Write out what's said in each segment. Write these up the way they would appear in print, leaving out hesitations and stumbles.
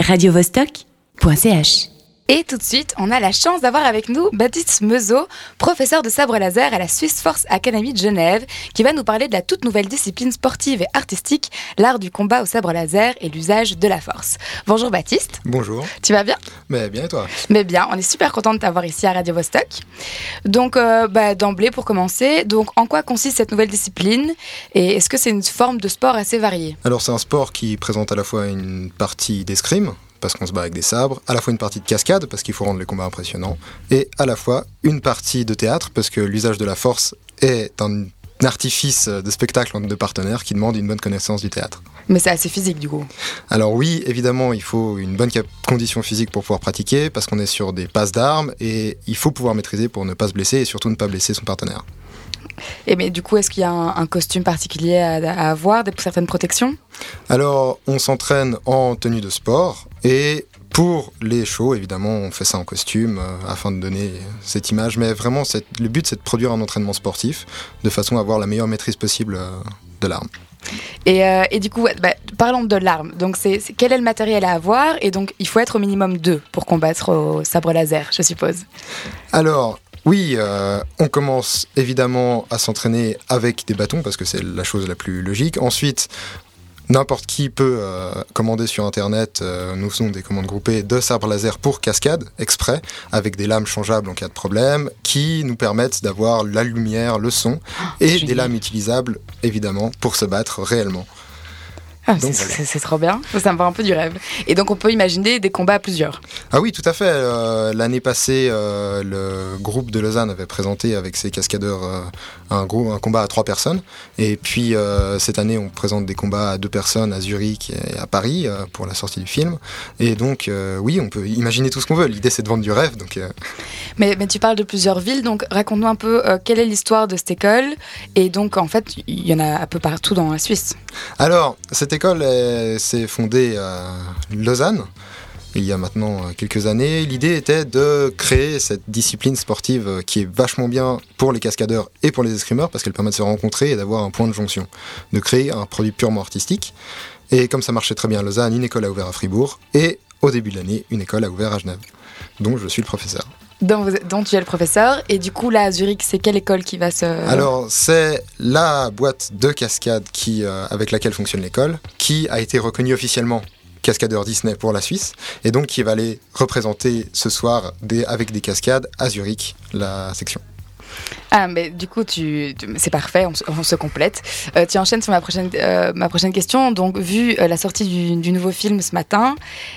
radiovostok.ch. Et tout de suite, on a la chance d'avoir avec nous Baptiste Meuseau, professeur de sabre laser à la Swiss Force Academy de Genève, qui va nous parler de la toute nouvelle discipline sportive et artistique, l'art du combat au sabre laser et l'usage de la force. Bonjour Baptiste. Bonjour. Tu vas bien ? Mais bien et toi ? Mais bien, on est super content de t'avoir ici à Radio Vostok. Donc d'emblée pour commencer, donc en quoi consiste cette nouvelle discipline et est-ce que c'est une forme de sport assez variée ? Alors c'est un sport qui présente à la fois une partie d'escrime, parce qu'on se bat avec des sabres, à la fois une partie de cascade, parce qu'il faut rendre les combats impressionnants, et à la fois une partie de théâtre, parce que l'usage de la force est un artifice de spectacle entre deux partenaires qui demande une bonne connaissance du théâtre. Mais c'est assez physique du coup. Alors oui, évidemment, il faut une bonne condition physique pour pouvoir pratiquer, parce qu'on est sur des passes d'armes, et il faut pouvoir maîtriser pour ne pas se blesser, et surtout ne pas blesser son partenaire. Et mais du coup, est-ce qu'il y a un costume particulier à avoir, certaines protections ? Alors, on s'entraîne en tenue de sport et pour les shows, évidemment, on fait ça en costume afin de donner cette image. Mais vraiment, le but, c'est de produire un entraînement sportif de façon à avoir la meilleure maîtrise possible de l'arme. Et du coup, parlons de l'arme. Donc, quel est le matériel à avoir ? Et donc, il faut être au minimum 2 pour combattre au sabre laser, je suppose. Alors... Oui, on commence évidemment à s'entraîner avec des bâtons parce que c'est la chose la plus logique. Ensuite, n'importe qui peut commander sur Internet, nous faisons des commandes groupées de sabres laser pour cascade, exprès, avec des lames changeables en cas de problème, qui nous permettent d'avoir la lumière, le son, et des lames utilisables, évidemment, pour se battre réellement. Ah, donc, c'est trop bien, ça me va un peu du rêve. Et donc on peut imaginer des combats à plusieurs. Ah oui, tout à fait. L'année passée, le groupe de Lausanne avait présenté avec ses cascadeurs un combat à 3 personnes. Et puis cette année, on présente des combats à 2 personnes à Zurich et à Paris pour la sortie du film. Et donc oui, on peut imaginer tout ce qu'on veut. L'idée, c'est de vendre du rêve. Donc, mais tu parles de plusieurs villes, donc raconte-nous un peu quelle est l'histoire de cette école. Et donc en fait, il y en a un peu partout dans la Suisse. Alors, cette école s'est fondée à Lausanne il y a maintenant quelques années. L'idée était de créer cette discipline sportive qui est vachement bien pour les cascadeurs et pour les escrimeurs parce qu'elle permet de se rencontrer et d'avoir un point de jonction, de créer un produit purement artistique. Et comme ça marchait très bien à Lausanne, une école a ouvert à Fribourg et au début de l'année, une école a ouvert à Genève, dont je suis le professeur. Dont tu es le professeur, et du coup là à Zurich, c'est quelle école qui va se... Alors c'est la boîte de cascade avec laquelle fonctionne l'école, qui a été reconnue officiellement cascadeur Disney pour la Suisse, et donc qui va aller représenter ce soir avec des cascades à Zurich, la section. Ah, mais du coup, c'est parfait, on se complète. Tu enchaînes sur ma prochaine question. Donc, vu la sortie du nouveau film ce matin,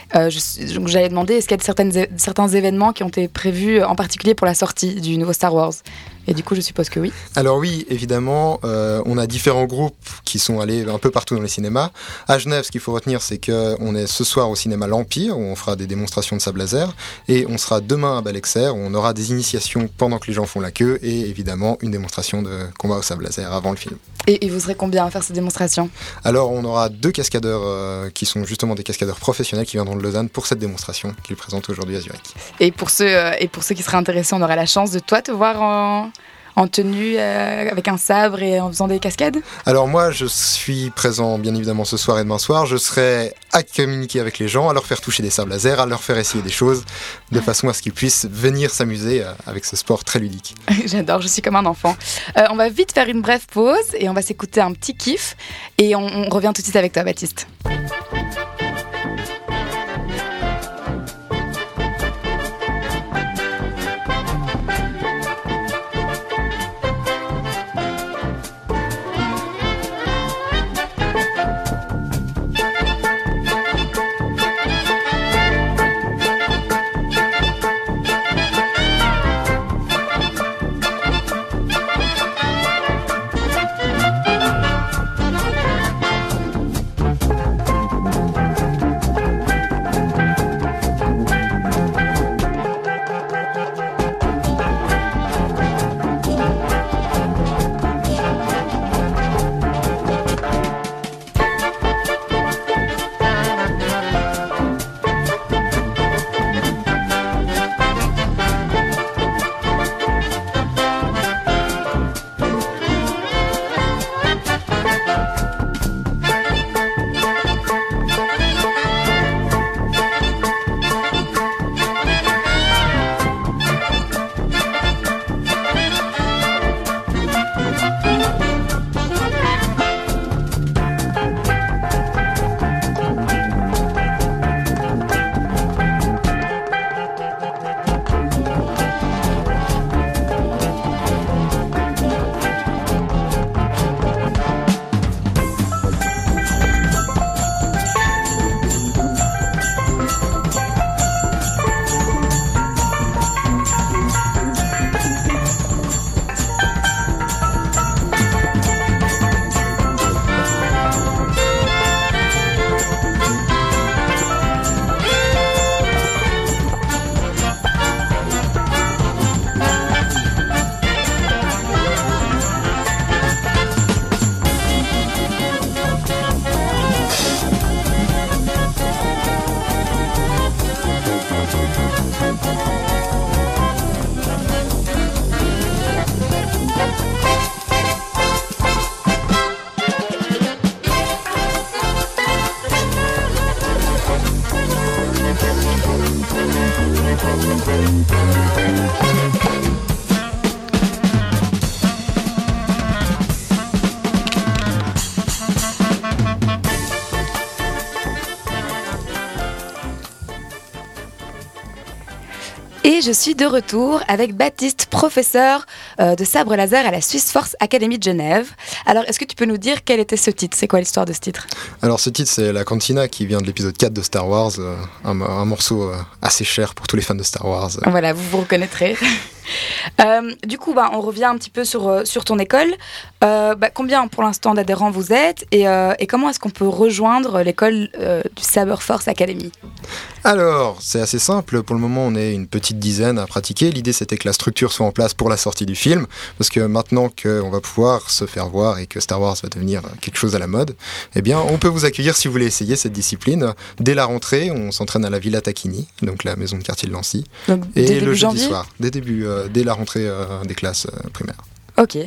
j'allais demander, est-ce qu'il y a certains événements qui ont été prévus en particulier pour la sortie du nouveau Star Wars ? Et du coup, je suppose que oui. Alors oui, évidemment, on a différents groupes qui sont allés un peu partout dans les cinémas. À Genève, ce qu'il faut retenir, c'est qu'on est ce soir au cinéma L'Empire, où on fera des démonstrations de sabre laser, et on sera demain à Balexer, où on aura des initiations pendant que les gens font la queue, et évidemment une démonstration de combat au sabre laser avant le film. Et vous serez combien à faire ces démonstrations ? Alors, on aura 2 cascadeurs qui sont justement des cascadeurs professionnels qui viendront de Lausanne pour cette démonstration qu'ils présentent aujourd'hui à Zurich. Et pour ceux qui seraient intéressés, on aura la chance de te voir en tenue avec un sabre et en faisant des cascades ? Alors moi, je suis présent bien évidemment ce soir et demain soir. Je serai à communiquer avec les gens, à leur faire toucher des sabres laser, à leur faire essayer des choses, de façon à ce qu'ils puissent venir s'amuser avec ce sport très ludique. J'adore, je suis comme un enfant. On va vite faire une brève pause et on va s'écouter un petit kiff. Et on revient tout de suite avec toi, Baptiste. Et je suis de retour avec Baptiste, professeur de sabre laser à la Swiss Force Academy de Genève. Alors, est-ce que tu peux nous dire quel était ce titre ? C'est quoi l'histoire de ce titre ? Alors ce titre, c'est la cantina qui vient de l'épisode 4 de Star Wars, un morceau assez cher pour tous les fans de Star Wars. Voilà, vous vous reconnaîtrez. Du coup, on revient un petit peu sur ton école. Combien pour l'instant d'adhérents vous êtes et comment est-ce qu'on peut rejoindre l'école du Sabre Force Academy ? Alors, c'est assez simple. Pour le moment, on est une petite dizaine à pratiquer. L'idée, c'était que la structure soit en place pour la sortie du film, parce que maintenant qu'on va pouvoir se faire voir et que Star Wars va devenir quelque chose à la mode, eh bien, on peut vous accueillir si vous voulez essayer cette discipline. Dès la rentrée, on s'entraîne à la Villa Tacchini, donc la maison de quartier de Nancy, donc, et le jeudi soir, dès la rentrée des classes primaires. Ok.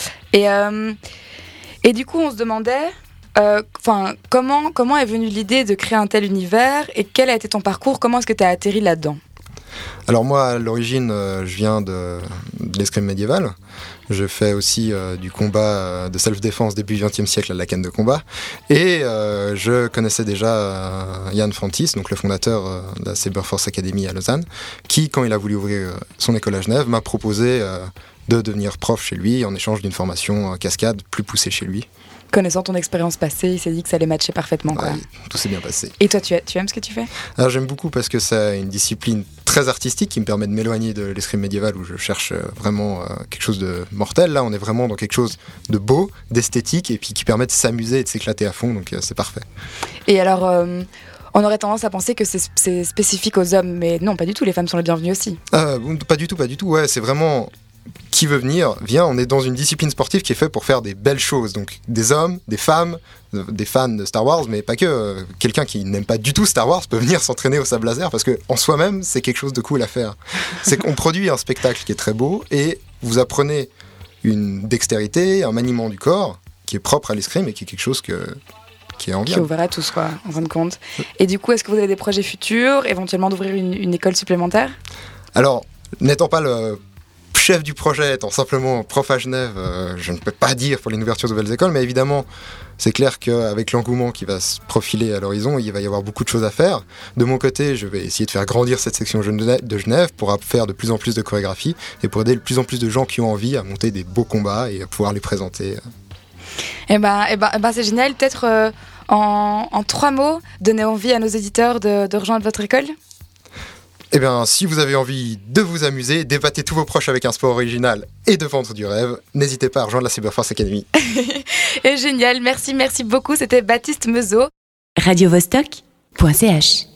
Et du coup, on se demandait... comment est venue l'idée de créer un tel univers et quel a été ton parcours ? Comment est-ce que tu as atterri là-dedans ? Alors moi, à l'origine, je viens de l'escrime médiévale. Je fais aussi du combat de self-défense début du XXe siècle à la canne de combat. Et je connaissais déjà Jan Fantis, donc le fondateur de la Sabre Force Academy à Lausanne, qui, quand il a voulu ouvrir son école à Genève, m'a proposé de devenir prof chez lui en échange d'une formation cascade plus poussée chez lui. Connaissant ton expérience passée, il s'est dit que ça allait matcher parfaitement. Quoi. Ouais, tout s'est bien passé. Et toi, tu aimes ce que tu fais ? Alors j'aime beaucoup parce que c'est une discipline très artistique qui me permet de m'éloigner de l'escrime médiéval où je cherche vraiment quelque chose de mortel. Là, on est vraiment dans quelque chose de beau, d'esthétique et puis qui permet de s'amuser et de s'éclater à fond, donc c'est parfait. Et alors, on aurait tendance à penser que c'est spécifique aux hommes, mais non, pas du tout, les femmes sont les bienvenues aussi. Pas du tout, ouais, c'est vraiment... Qui veut venir, vient, on est dans une discipline sportive qui est faite pour faire des belles choses. Donc des hommes, des femmes, des fans de Star Wars, mais pas que. Quelqu'un qui n'aime pas du tout Star Wars peut venir s'entraîner au sabre laser parce qu'en soi-même, c'est quelque chose de cool à faire. C'est qu'on produit un spectacle qui est très beau et vous apprenez une dextérité, un maniement du corps qui est propre à l'escrime et qui est quelque chose qui est enviable. Qui est ouvert à tous, quoi, en fin de compte. Et du coup, est-ce que vous avez des projets futurs, éventuellement d'ouvrir une école supplémentaire ? Alors, n'étant pas le chef du projet, étant simplement prof à Genève, je ne peux pas dire pour une ouverture de nouvelles écoles, mais évidemment, c'est clair qu'avec l'engouement qui va se profiler à l'horizon, il va y avoir beaucoup de choses à faire. De mon côté, je vais essayer de faire grandir cette section de Genève pour faire de plus en plus de chorégraphie et pour aider de plus en plus de gens qui ont envie à monter des beaux combats et à pouvoir les présenter. C'est génial. Peut-être en 3 mots, donner envie à nos éditeurs de rejoindre votre école ? Eh bien, si vous avez envie de vous amuser, d'épater tous vos proches avec un sport original et de vendre du rêve, n'hésitez pas à rejoindre la Sabre Force Academy. Et génial, merci beaucoup. C'était Baptiste Meuseau. radiovostok.ch